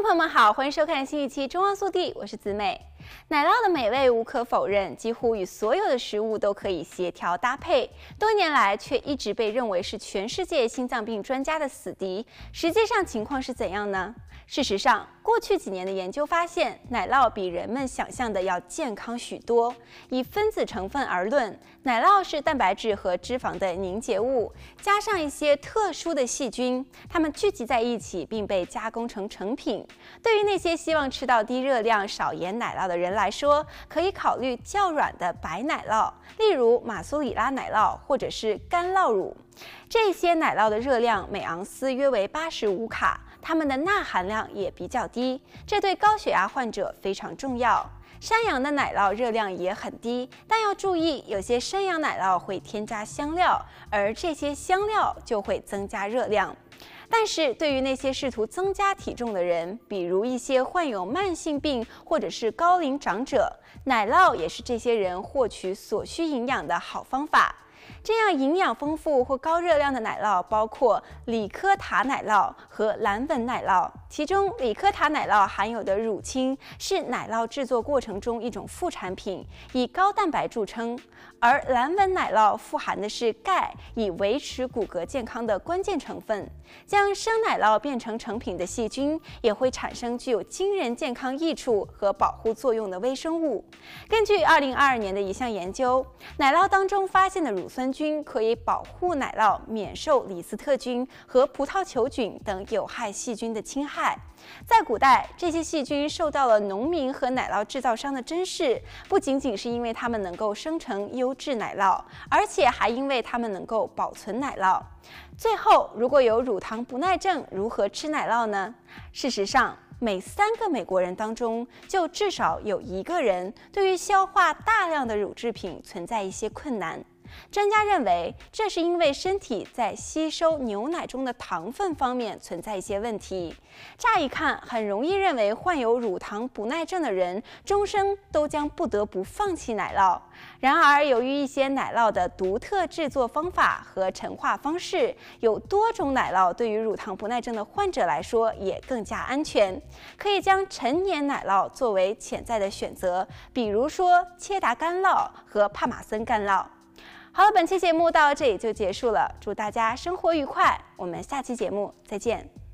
朋友们好，欢迎收看新一期《中央速递》，我是子美。奶酪的美味无可否认，几乎与所有的食物都可以协调搭配，多年来却一直被认为是全世界心脏病专家的死敌。实际上情况是怎样呢？事实上，过去几年的研究发现，奶酪比人们想象的要健康许多。以分子成分而论，奶酪是蛋白质和脂肪的凝结物，加上一些特殊的细菌，它们聚集在一起，并被加工成成品。对于那些希望吃到低热量、少盐奶酪的人来说，可以考虑较软的白奶酪，例如马苏里拉奶酪或者是干酪乳。这些奶酪的热量每盎司约为85卡，它们的钠含量也比较低，这对高血压患者非常重要。山羊的奶酪热量也很低，但要注意，有些山羊奶酪会添加香料，而这些香料就会增加热量。但是对于那些试图增加体重的人，比如一些患有慢性病或者是高龄长者，奶酪也是这些人获取所需营养的好方法。这样营养丰富或高热量的奶酪包括里科塔奶酪和蓝纹奶酪，其中里科塔奶酪含有的乳清是奶酪制作过程中一种副产品，以高蛋白著称，而蓝纹奶酪富含的是钙，以维持骨骼健康的关键成分。将生奶酪变成成品的细菌也会产生具有惊人健康益处和保护作用的微生物。根据2022年的一项研究，奶酪当中发现的乳酸菌可以保护奶酪免受李斯特菌和葡萄球菌等有害细菌的侵害。在古代，这些细菌受到了农民和奶酪制造商的珍视，不仅仅是因为它们能够生成优质奶酪，而且还因为它们能够保存奶酪。最后，如果有乳糖不耐症，如何吃奶酪呢？事实上，每3个美国人当中，就至少有1个人对于消化大量的乳制品存在一些困难。专家认为，这是因为身体在吸收牛奶中的糖分方面存在一些问题。乍一看，很容易认为患有乳糖不耐症的人终生都将不得不放弃奶酪。然而，由于一些奶酪的独特制作方法和陈化方式，有多种奶酪对于乳糖不耐症的患者来说也更加安全。可以将陈年奶酪作为潜在的选择，比如说切达干酪和帕玛森干酪。好了，本期节目到这里就结束了，祝大家生活愉快，我们下期节目再见。